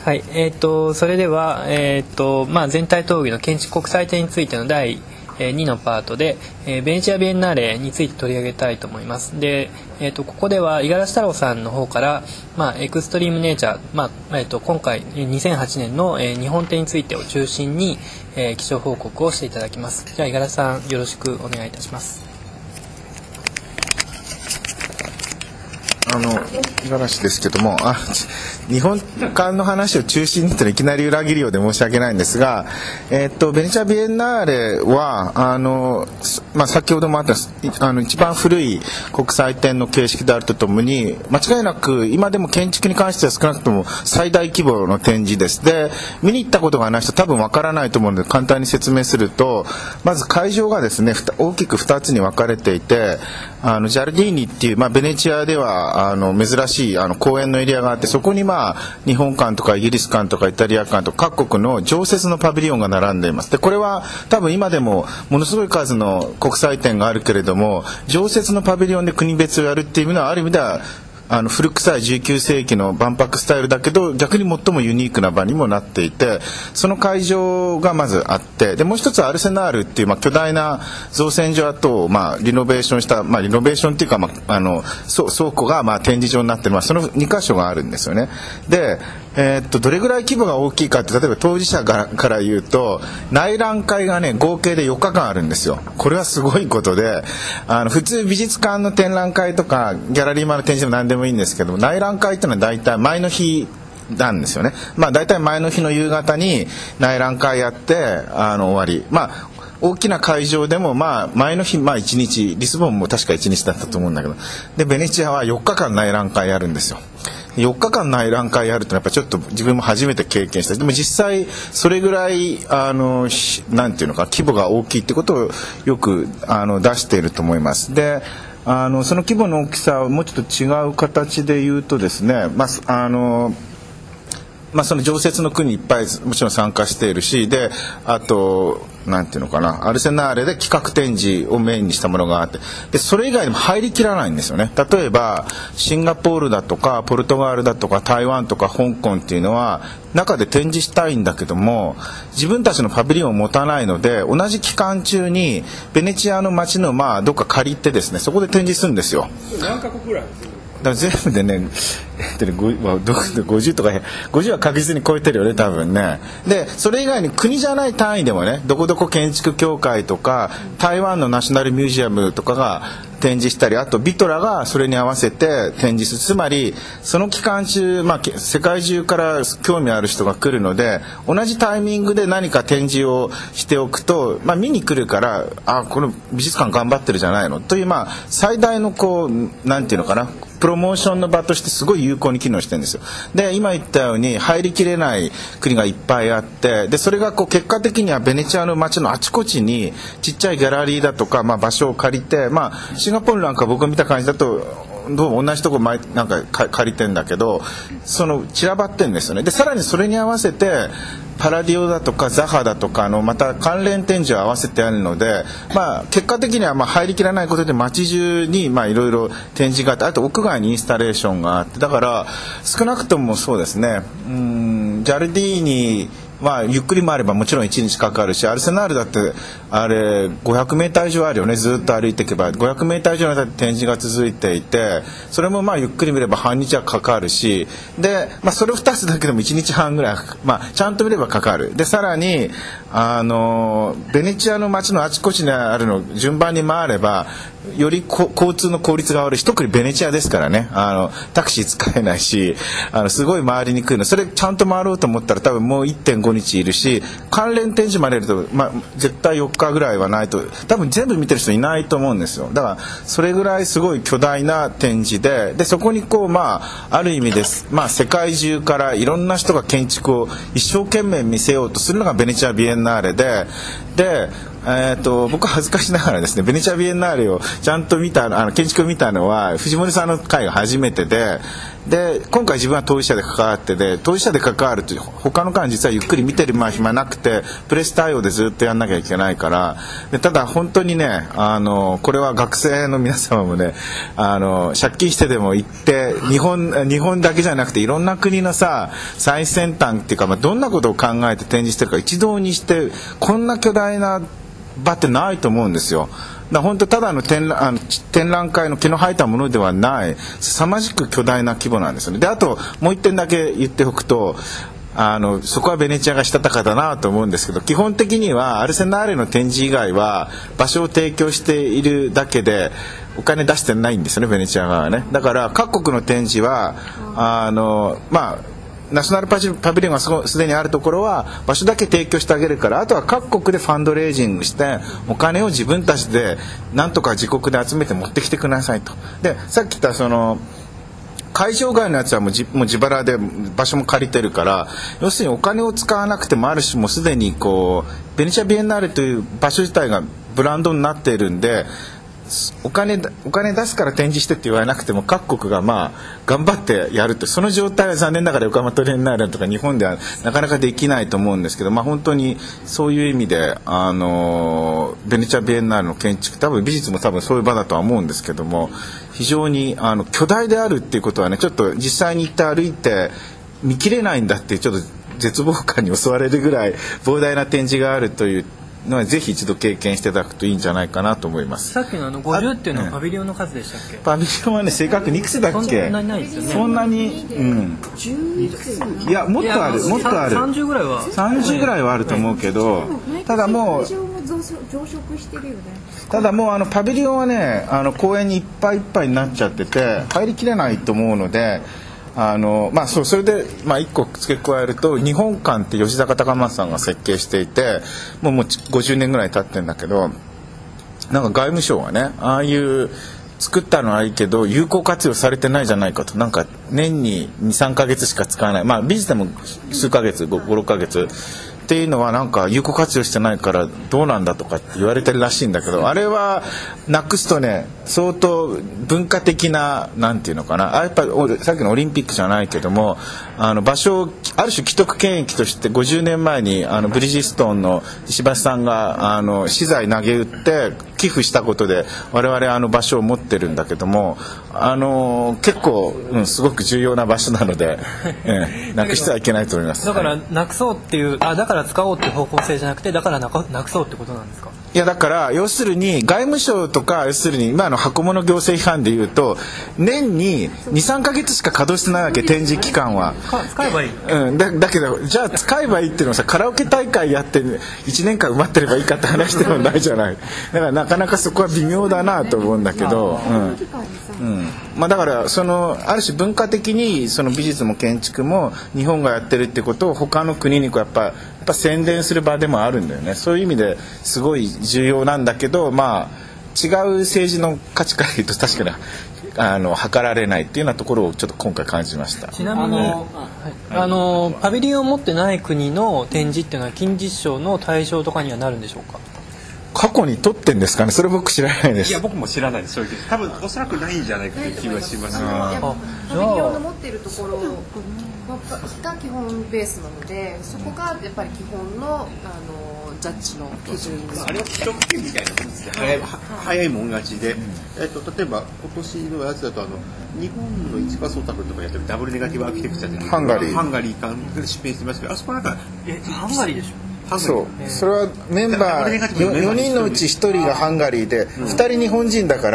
はい、それでは、全体討議の建築国際展についての第2のパートで、ベネチア・ビエンナーレについて取り上げたいと思います。で、ここでは五十嵐太郎さんの方から、エクストリームネイチャー、今回2008年の、日本展についてを中心に、気象報告をしていただきます。じゃあ五十嵐さんよろしくお願いいたします。 五十嵐ですけども、日本館の話を中心にといきなり裏切るようで申し訳ないんですが、ベネチア・ビエンナーレは先ほどもあった一番古い国際展の形式であるとともに、間違いなく今でも建築に関しては少なくとも最大規模の展示です。で、見に行ったことがない人多分わからないと思うので簡単に説明すると、まず会場がですね大きく2つに分かれていて、ジャルディーニっていう、ベネチアでは珍しい公園のエリアがあって、そこに日本館とかイギリス館とかイタリア館とか各国の常設のパビリオンが並んでいます。でこれは多分今でもものすごい数の国際展があるけれども、常設のパビリオンで国別をやるっていう意味ではある意味では古臭い19世紀の万博スタイルだけど逆に最もユニークな場にもなっていて、その会場がまずあって、でもう一つアルセナールっていう巨大な造船所跡をリノベーションした、リノベーションっていうか倉庫が展示場になっている、その2箇所があるんですよね。でどれぐらい規模が大きいかって、例えば当事者から言うと内覧会がね合計で4日間あるんですよ。これはすごいことで、普通美術館の展覧会とかギャラリーマンの展示も何でもいいんですけど、内覧会っていうのは大体前の日なんですよね。大体前の日の夕方に内覧会やって終わり。大きな会場でも前の日1日、リスボンも確か1日だったと思うんだけど、でベネチアは4日間内覧会やるんですよ。4日間内覧会やるとやっぱちょっと自分も初めて経験した。でも実際それぐらいなんていうのか規模が大きいってことをよく出していると思います。でその規模の大きさをもうちょっと違う形で言うとですね、その常設の国いっぱいもちろん参加しているし、であとなんていうのかな、アルセナーレで企画展示をメインにしたものがあって、でそれ以外にも入りきらないんですよね。例えばシンガポールだとかポルトガルだとか台湾とか香港っていうのは中で展示したいんだけども自分たちのパビリオンを持たないので、同じ期間中にベネチアの街のどっか借りてですね、そこで展示するんですよ。 何カ国ぐらいですか？ だから全部でね50とか50は確実に超えてるよね多分ね。でそれ以外に国じゃない単位でもね、どこどこ建築協会とか台湾のナショナルミュージアムとかが展示したり、あとビトラがそれに合わせて展示する。つまりその期間中、世界中から興味ある人が来るので、同じタイミングで何か展示をしておくと、見に来るから、この美術館頑張ってるじゃないのという、最大のなんていうのかな、プロモーションの場としてすごい有効に機能してるんですよ。で今言ったように入りきれない国がいっぱいあって、でそれが結果的にはベネチアの街のあちこちにちっちゃいギャラリーだとか、場所を借りて、シンガポールなんか僕が見た感じだとどうも同じとこなんか借りてんだけど、散らばってんですよね。でさらにそれに合わせてパラディオだとかザハだとかまた関連展示を合わせてあるので、結果的には入りきらないことで街中にいろいろ展示があって、あと屋外にインスタレーションがあって、だから少なくともそうですね、ジャルディーニゆっくり回ればもちろん1日かかるし、アルセナールだってあれ500メーター以上あるよね。ずっと歩いていけば500メーター以上の展示が続いていて、それもゆっくり見れば半日はかかるし、で、それ2つだけでも1日半ぐらい、ちゃんと見ればかかる。でさらにベネチアの街のあちこちにあるの順番に回ればより交通の効率が悪いし、特にベネチアですからね、タクシー使えないし、すごい回りにくいの。それちゃんと回ろうと思ったら多分もう 1.5 日いるし、関連展示までやると、絶対4日ぐらいはないと多分全部見てる人いないと思うんですよ。だからそれぐらいすごい巨大な展示で、そこにある意味です、世界中からいろんな人が建築を一生懸命見せようとするのがベネチア・ビエンナーレで、僕は恥ずかしながらですね、ベネチア・ビエンナーレをちゃんと見た建築を見たのは藤森さんの会が初めてで、 で今回自分は当事者で関わってで当事者で関わると他の間実はゆっくり見てる暇なくてプレス対応でずっとやんなきゃいけないからでただ本当にねこれは学生の皆様もね借金してでも行って日本だけじゃなくていろんな国のさ最先端っていうか、どんなことを考えて展示してるか一堂にしてこんな巨大な場ってないと思うんですよ。本当ただの展覧会の毛の生えたものではない凄まじく巨大な規模なんですよね。であともう一点だけ言っておくとそこはベネチアがしたたかだなと思うんですけど基本的にはアルセナーレの展示以外は場所を提供しているだけでお金出してないんですよねベネチア側はね。だから各国の展示はナショナルパビリオンがすでにあるところは場所だけ提供してあげるからあとは各国でファンドレイジングしてお金を自分たちでなんとか自国で集めて持ってきてくださいと。でさっき言った会場外のやつはもう自腹で場所も借りてるから要するにお金を使わなくてもあるしもうすでにベネチアビエンナーレという場所自体がブランドになっているんでお金出すから展示してって言われなくても各国が頑張ってやるってその状態は残念ながら横浜トレーナーレとか日本ではなかなかできないと思うんですけど、本当にそういう意味でベネチアビエンナーレの建築美術も多分そういう場だとは思うんですけども非常に巨大であるっていうことはねちょっと実際に行って歩いて見切れないんだっていうちょっと絶望感に襲われるぐらい膨大な展示があるというのはぜひ一度経験していただくといいんじゃないかなと思います。 さっきの50っていうのはパビリオンの数でしたっけ？ パビリオンはね正確にいくつだっけ？ そんなにないですよね。 そんなにいやもっとある 30ぐらいは 30ぐらいはあると思うけど、ただもうパビリオンはね公園にいっぱいいっぱいになっちゃってて入りきれないと思うのでそれで一個付け加えると日本館って吉坂隆正さんが設計していてもう50年ぐらい経ってるんだけどなんか外務省がねああいう作ったのはいいけど有効活用されてないじゃないかとなんか年に 2,3 ヶ月しか使わない美術でも数ヶ月 5,6 ヶ月っていうのはなんか有効活用してないからどうなんだとかって言われてるらしいんだけどあれはなくすとね相当文化的ななんていうのかなやっぱりさっきのオリンピックじゃないけども場所をある種既得権益として50年前にブリヂストンの石橋さんが資材投げ打って寄付したことで我々場所を持ってるんだけども結構、すごく重要な場所なので、なくしてはいけないと思います。 だからなくそうっていうだから使おうっていう方向性じゃなくてだからなくそうってことなんですか？ いやだから要するに外務省とか要するに今の箱物行政批判でいうと年に 2,3 ヶ月しか稼働してないわけ展示期間は使えばいい、 だけどじゃあ使えばいいっていうのはさカラオケ大会やって1年間埋まってればいいかって話でもないじゃないだからなかなかそこは微妙だなと思うんだけど、だからある種文化的に美術も建築も日本がやってるってことを他の国にやっぱ宣伝する場でもあるんだよね。そういう意味ですごい重要なんだけど違う政治の価値から言うと確かに測られないっていうようなところをちょっと今回感じました。 ちなみにパビリオンを持ってない国の展示っていうのは金獅子賞の対象とかにはなるんでしょうか？ 過去に撮ってんですかね。それ僕知らないです。 いや僕も知らないです。正直多分おそらくないんじゃないかという気はしますが、パビリオンの持っているところが基本ベースなのでそこがやっぱり基本のジャッジの基準にあれは既得権みたいなもんですね。早いもん勝ちで、例えば今年のやつだと日本の市川宗太郎とかやってるダブルネガティブアーキテクチャでハンガリー館で出品してますけどあそこなんかハンガリーでしょ？ それはメンバー4人のうち1人がハンガリーで2人日本人だから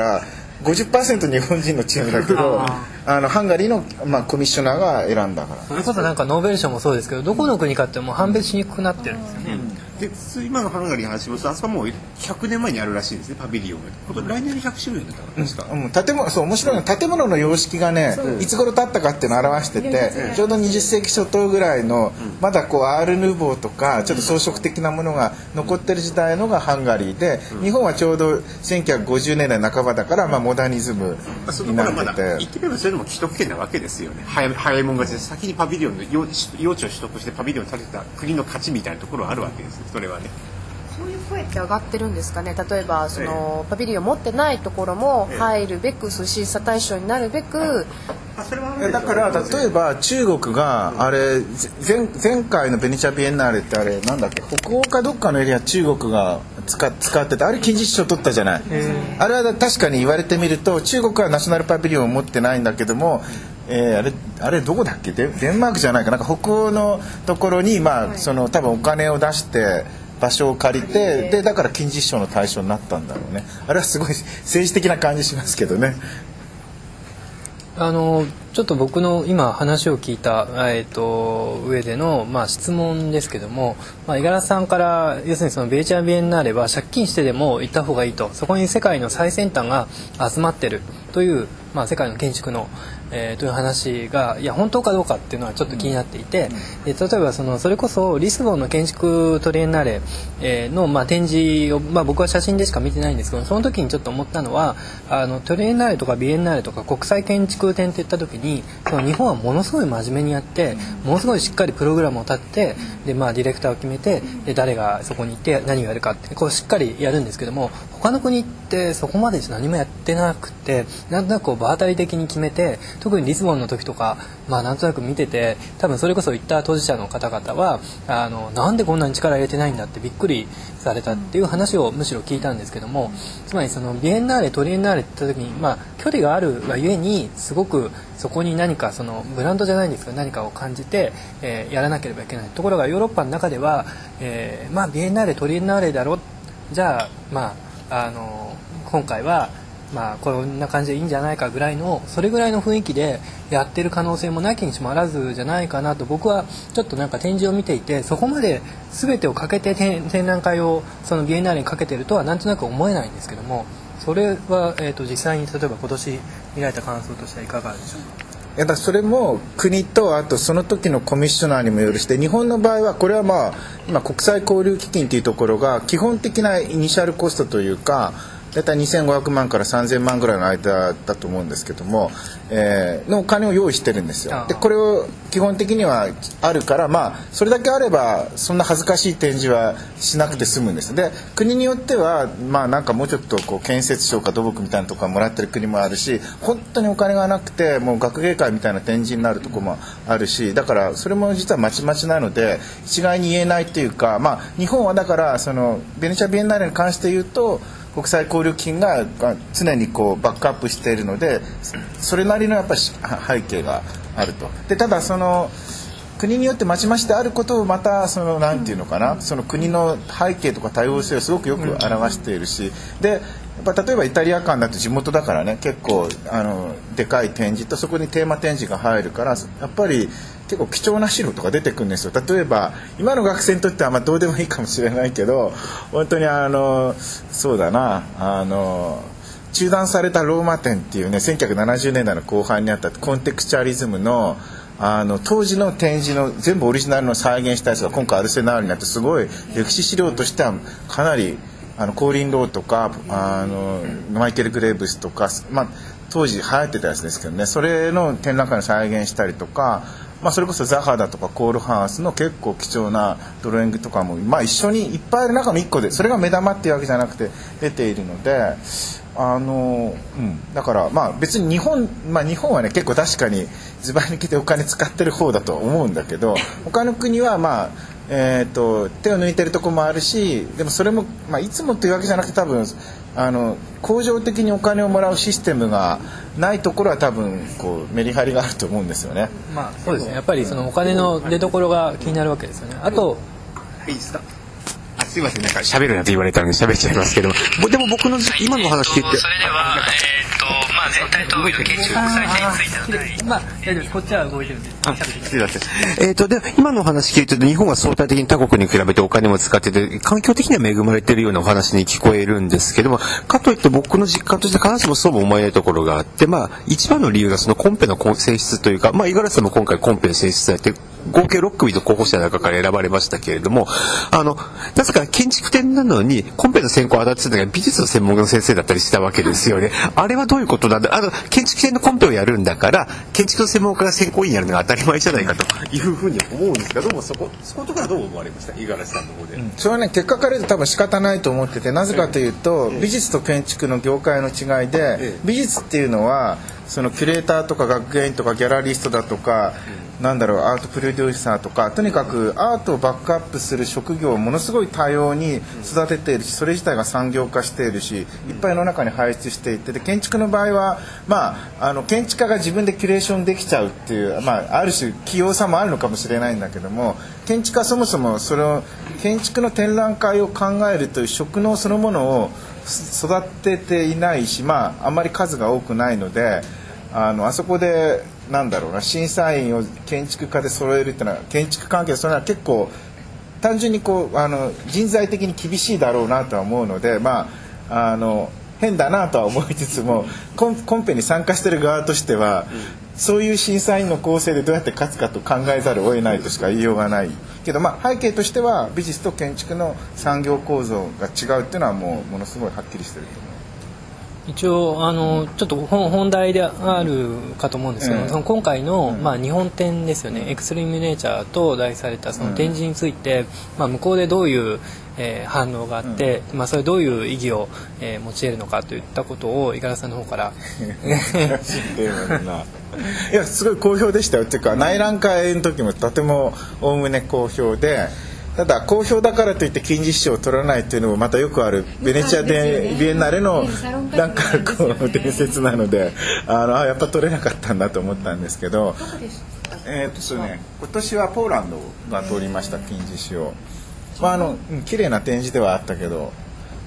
50% 日本人のチームだけどハンガリーの、コミッショナーが選んだからそれこそなんかノーベル賞もそうですけどどこの国かってもう判別しにくくなってるんですよね。 で今のハンガリーの話しますとあそこはもう100年前にあるらしいんですねパビリオンが。来年で100周年だったんですか？ 面白いの建物の様式がねいつ頃建ったかっていうのを表しててちょうど20世紀初頭ぐらいのまだアール・ヌーボーとかちょっと装飾的なものが残ってる時代のがハンガリーで日本はちょうど1950年代半ばだからモダニズムになってて言ってみればそれでも既得権なわけですよね。早いもん勝ちで先にパビリオンの用地を取得してパビリオンを建てた国の勝ちみたいなところはあるわけです。それはねそういう声って上がってるんですかね。例えばそのパビリオン持ってないところも入るべく、審査対象になるべく、 だから例えば中国があれ前回のベネチアビエンナーレってあれなんだっけ、北欧かどっかのエリア中国が使ってて、あれ金獅子賞取ったじゃない。あれは確かに言われてみると中国はナショナルパビリオンを持ってないんだけども、あれどこだっけ、デンマークじゃないかなんか北欧のところにその多分お金を出して場所を借りて、でだから金獅子賞の対象になったんだろうね。あれはすごい政治的な感じしますけどね。 ちょっと僕の今話を聞いた、上での、質問ですけども、五十嵐さんから要するにそのベネチアビエンナーレは借金してでも行った方がいいと、そこに世界の最先端が集まってるという、世界の建築の、という話が本当かどうかっていうのはちょっと気になっていて、例えばそれこそリスボンの建築トリエンナーレの、展示を、僕は写真でしか見てないんですけど、その時にちょっと思ったのはトリエンナーレとかビエンナーレとか国際建築展っていった時にその日本はものすごい真面目にやってものすごいしっかりプログラムを立ててで、ディレクターを決めてで誰がそこに行って何をやるかってこうしっかりやるんですけども、他の国ってそこまで何もやってなくてなんとなく場当たり的に決めて、特にリスボンの時とか、なんとなく見てて多分それこそ行った当事者の方々はなんでこんなに力入れてないんだってびっくりされたっていう話をむしろ聞いたんですけども、つまりそのビエンナーレトリエンナーレって言った時に、距離があるがゆえにすごくそこに何かそのブランドじゃないんですけど何かを感じて、やらなければいけない。ところがヨーロッパの中では、ビエンナーレトリエンナーレだろ、じゃあ今回はこんな感じでいいんじゃないかぐらいのそれぐらいの雰囲気でやってる可能性もなきにしもあらずじゃないかなと僕はちょっとなんか展示を見ていて、そこまで全てをかけて展覧会をそのビエンナーレにかけてるとはなんとなく思えないんですけども、それは、実際に例えば今年見られた感想としてはいかがでしょうか。 だそれも国とあとその時のコミッショナーにもよるして、日本の場合はこれは今国際交流基金というところが基本的なイニシャルコストというかだいたい2500万から3000万ぐらいの間だと思うんですけども、のお金を用意してるんですよ。でこれを基本的にはあるからそれだけあればそんな恥ずかしい展示はしなくて済むんです。で国によってはなんかもうちょっと建設賞か土木みたいなとこもらってる国もあるし、本当にお金がなくてもう学芸会みたいな展示になるとこもあるし、だからそれも実はまちまちなので一概に言えないというか、日本はだからそのベネチアビエンナーレに関して言うと国際交流金が常にバックアップしているのでそれなりのやっぱり背景があると。でただその国によってまちまちであることをまたそのなんていうのかな、その国の背景とか多様性をすごくよく表しているし、でやっぱ例えばイタリア館だと地元だからね結構でかい展示とそこにテーマ展示が入るからやっぱり結構貴重な資料とか出てくるんですよ。例えば今の学生にとってはどうでもいいかもしれないけど本当にそうだな中断されたローマ展っていうね1970年代の後半にあったコンテクチャリズムの当時の展示の全部オリジナルの再現したやつが今回アルセナールになってすごい歴史資料としてはかなりコーリン・ローとかマイケル・グレーブスとか、当時流行ってたやつですけどね、それの展覧会の再現したりとか、それこそザハだとかコールハウスの結構貴重なドローイングとかも、一緒にいっぱいある中の1個でそれが目玉っていうわけじゃなくて出ているのでだから別に日本はね結構確かにずば抜けてお金使ってる方だと思うんだけど他の国は手を抜いてるとこもあるし、でもそれも、いつもというわけじゃなくて多分恒常的にお金をもらうシステムがないところは多分メリハリがあると思うんですよね。 そうですね。やっぱりそのお金の出所が気になるわけですよね。あといいですか。すいません、なんか喋るなと言われたので喋っちゃいますけど、でも僕の今の話聞いて、 それでは全体と建築国際展についての大丈夫です。こっちは動いてるんで。 すいません。で今のお話聞いてると日本は相対的に他国に比べてお金も使ってて環境的には恵まれているようなお話に聞こえるんですけども、かといって僕の実感として必ずしもそうも思えないところがあって、一番の理由がそのコンペの性質というか、五十嵐さんも今回コンペの性質されて合計6組の候補者の中から選ばれましたけれども、なぜか建築展なのにコンペの選考を当たってたのが美術の専門家の先生だったりしたわけですよね。あれはどういうことなんだ。建築展のコンペをやるんだから建築の専門家が選考委員やるのが当たり前じゃないかというふうに思うんですが、どうもそことかどう思われました、五十嵐さんの方で。 それはね、結果から言うと多分仕方ないと思ってて、なぜかというと、美術と建築の業界の違いで、美術っていうのはそのキュレーターとか学芸員とかギャラリストだとか、なんだろう、アートプロデューサーとか、とにかくアートをバックアップする職業をものすごい多様に育てているし、それ自体が産業化しているし、いっぱいの中に輩出していて、で建築の場合は、建築家が自分でキュレーションできちゃうっていう、ある種器用さもあるのかもしれないんだけども、建築家はそもそもそれを建築の展覧会を考えるという職能そのものを育てていないし、あんまり数が多くないので、あそこでなんだろうな、審査員を建築家で揃えるっていうのは、建築関係それは結構単純に人材的に厳しいだろうなとは思うので、変だなとは思いつつも、コンペに参加している側としては、そういう審査員の構成でどうやって勝つかと考えざるを得ないとしか言いようがないけど、背景としては美術と建築の産業構造が違うっていうのはものすごいはっきりしてると思う。 一応ちょっと本題であるかと思うんですけど、その今回の、日本展ですよね、エクストリームネイチャーと題されたその展示について、向こうでどういう反応があって、それどういう意義を用いるのかといったことを五十嵐さんの方からいや、すごい好評でしたよ。っていうか内覧会の時もとてもおおむね好評で、ただ好評だからといって金獅子賞を取らないっていうのもまたよくあるベネチアでビエンナーレのなんか伝説なので、やっぱ取れなかったんだと思ったんですけど、今年はポーランドが取りました、金獅子賞。綺麗な展示ではあったけど、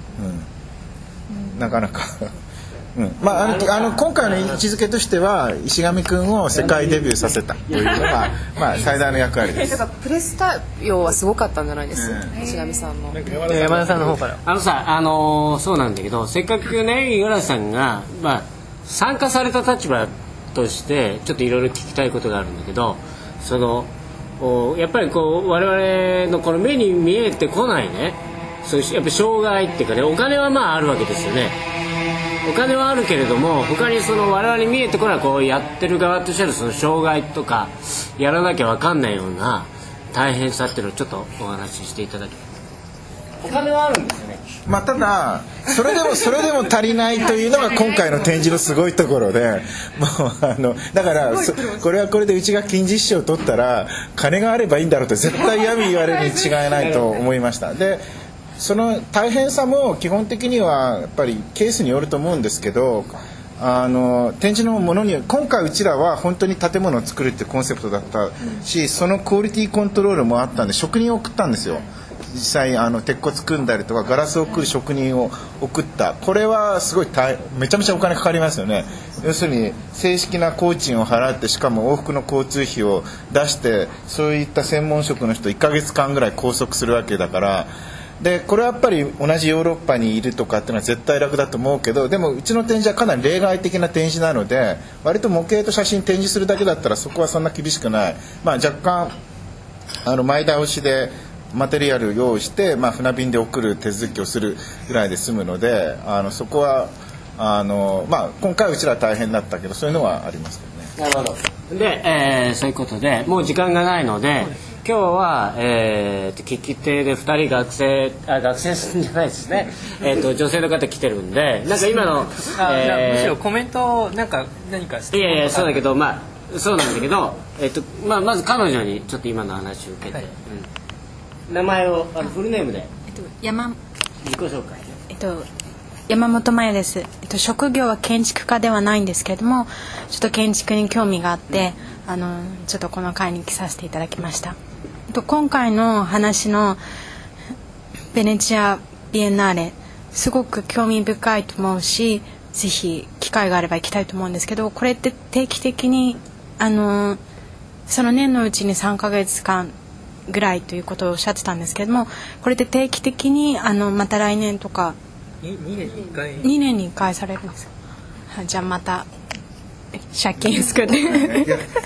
なかなか今回の位置づけとしては石上くんを世界デビューさせたというのが、最大の役割です。 だからプレス対応はすごかったんじゃないですか、石上さんの。 山田さんの方からそうなんだけど、せっかくね五十嵐さんが、参加された立場としてちょっといろいろ聞きたいことがあるんだけど、やっぱり我々のこの目に見えてこないね、そういうやっぱ障害っていうかね、お金はあるわけですよね。お金はあるけれども、他に我々に見えてこないやってる側としての障害とかやらなきゃ分かんないような大変さっていうのをちょっとお話ししていただきます。お金はあるんですよね。 ただそれでも足りないというのが今回の展示のすごいところで、だからこれはこれでうちが金獅子賞を取ったら金があればいいんだろうと絶対嫌味言われるに違いないと思いました。でその大変さも基本的にはやっぱりケースによると思うんですけど、展示のものに今回うちらは本当に建物を作るってコンセプトだったし、そのクオリティコントロールもあったんで職人を送ったんですよ。実際鉄骨組んだりとかガラスを送る職人を送った。これはすごいめちゃめちゃお金かかりますよね。要するに正式な工賃を払って、しかも往復の交通費を出して、そういった専門職の人1ヶ月間ぐらい拘束するわけだから。でこれはやっぱり同じヨーロッパにいるとかっていうのは絶対楽だと思うけど、でもうちの展示はかなり例外的な展示なので、割と模型と写真展示するだけだったらそこはそんな厳しくない。若干前倒しでマテリアルを用意して、船便で送る手続きをするぐらいで済むので、そこは今回うちらは大変だったけど、そういうのはありますけどね。 なるほど。で、そういうことでもう時間がないので、今日は、聞き手で2人学生じゃないですね、女性の方来てるんで、なんか今の、 むしろコメント何かしていやそうだけど、そうなんだけど、まず彼女にちょっと今の話を受けて、名前をフルネームで、自己紹介。 山本真也です。職業は建築家ではないんですけれども、ちょっと建築に興味があって、ちょっとこの会に来させていただきました。今回の話のベネチアビエンナーレ、すごく興味深いと思うし、ぜひ機会があれば行きたいと思うんですけど、これって定期的にその年のうちに3ヶ月間ぐらいということをおっしゃってたんですけども、これって定期的にまた来年とか 2 年に1回されるんですよ。じゃあまた借金作ってで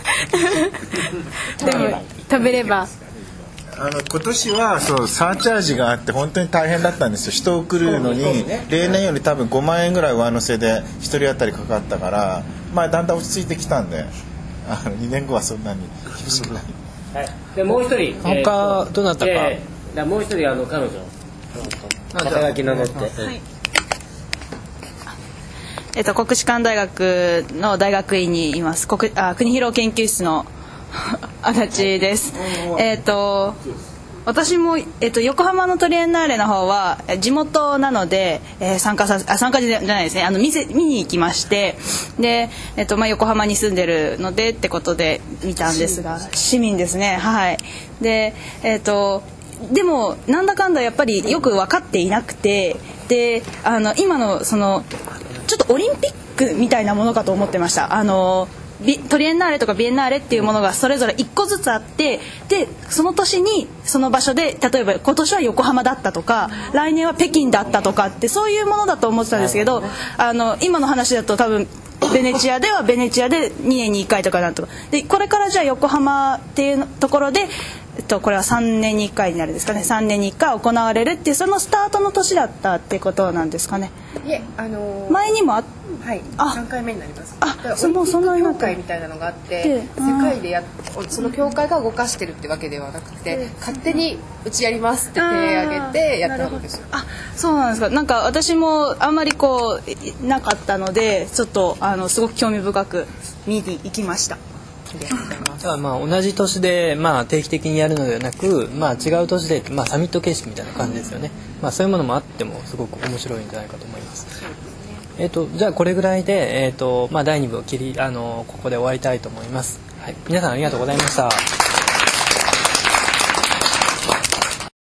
も飛べれば。 今年はサーチャージがあって本当に大変だったんですよ。人を送るのに例年より多分5万円ぐらい上乗せで1人当たりかかったから、だんだん落ち着いてきたんで、 2年後はそんなに厳しくない。 はい、でもう一人他どなたか、 もう一人彼女肩書き名乗って、 国士舘大学の大学院にいます国広研究室の足立です。私も、横浜のトリエンナーレの方は地元なので、参加じゃないですね、見に行きまして、で、横浜に住んでるのでってことで見たんですが、市民ですね。はい。で、でもなんだかんだやっぱりよく分かっていなくて、で今のそのちょっとオリンピックみたいなものかと思ってました。トリエンナーレとかビエンナーレっていうものがそれぞれ1個ずつあって、でその年にその場所で、例えば今年は横浜だったとか来年は北京だったとかってそういうものだと思ってたんですけど、今の話だと多分ベネチアではベネチアで2年に1回とかなんとかで、これからじゃあ横浜っていうところで、これは3年に1回になるんですかね、3年に1回行われるっていうそのスタートの年だったってことなんですかね。 いえ、 前にもはい、3回目になります。 その協会みたいなのがあって、世界でその協会が動かしてるってわけではなくて、勝手にうちやりますって手挙げてやったんですよ。 そうなんですか。なんか私もあんまりこうなかったので、ちょっとすごく興味深く見に行きました。 同じ年で、定期的にやるのではなく、違う年で、サミット形式みたいな感じですよね。そういうものもあってもすごく面白いんじゃないかと思います。じゃあこれぐらいで、第2部をここで終わりたいと思います。はい、皆さんありがとうございました。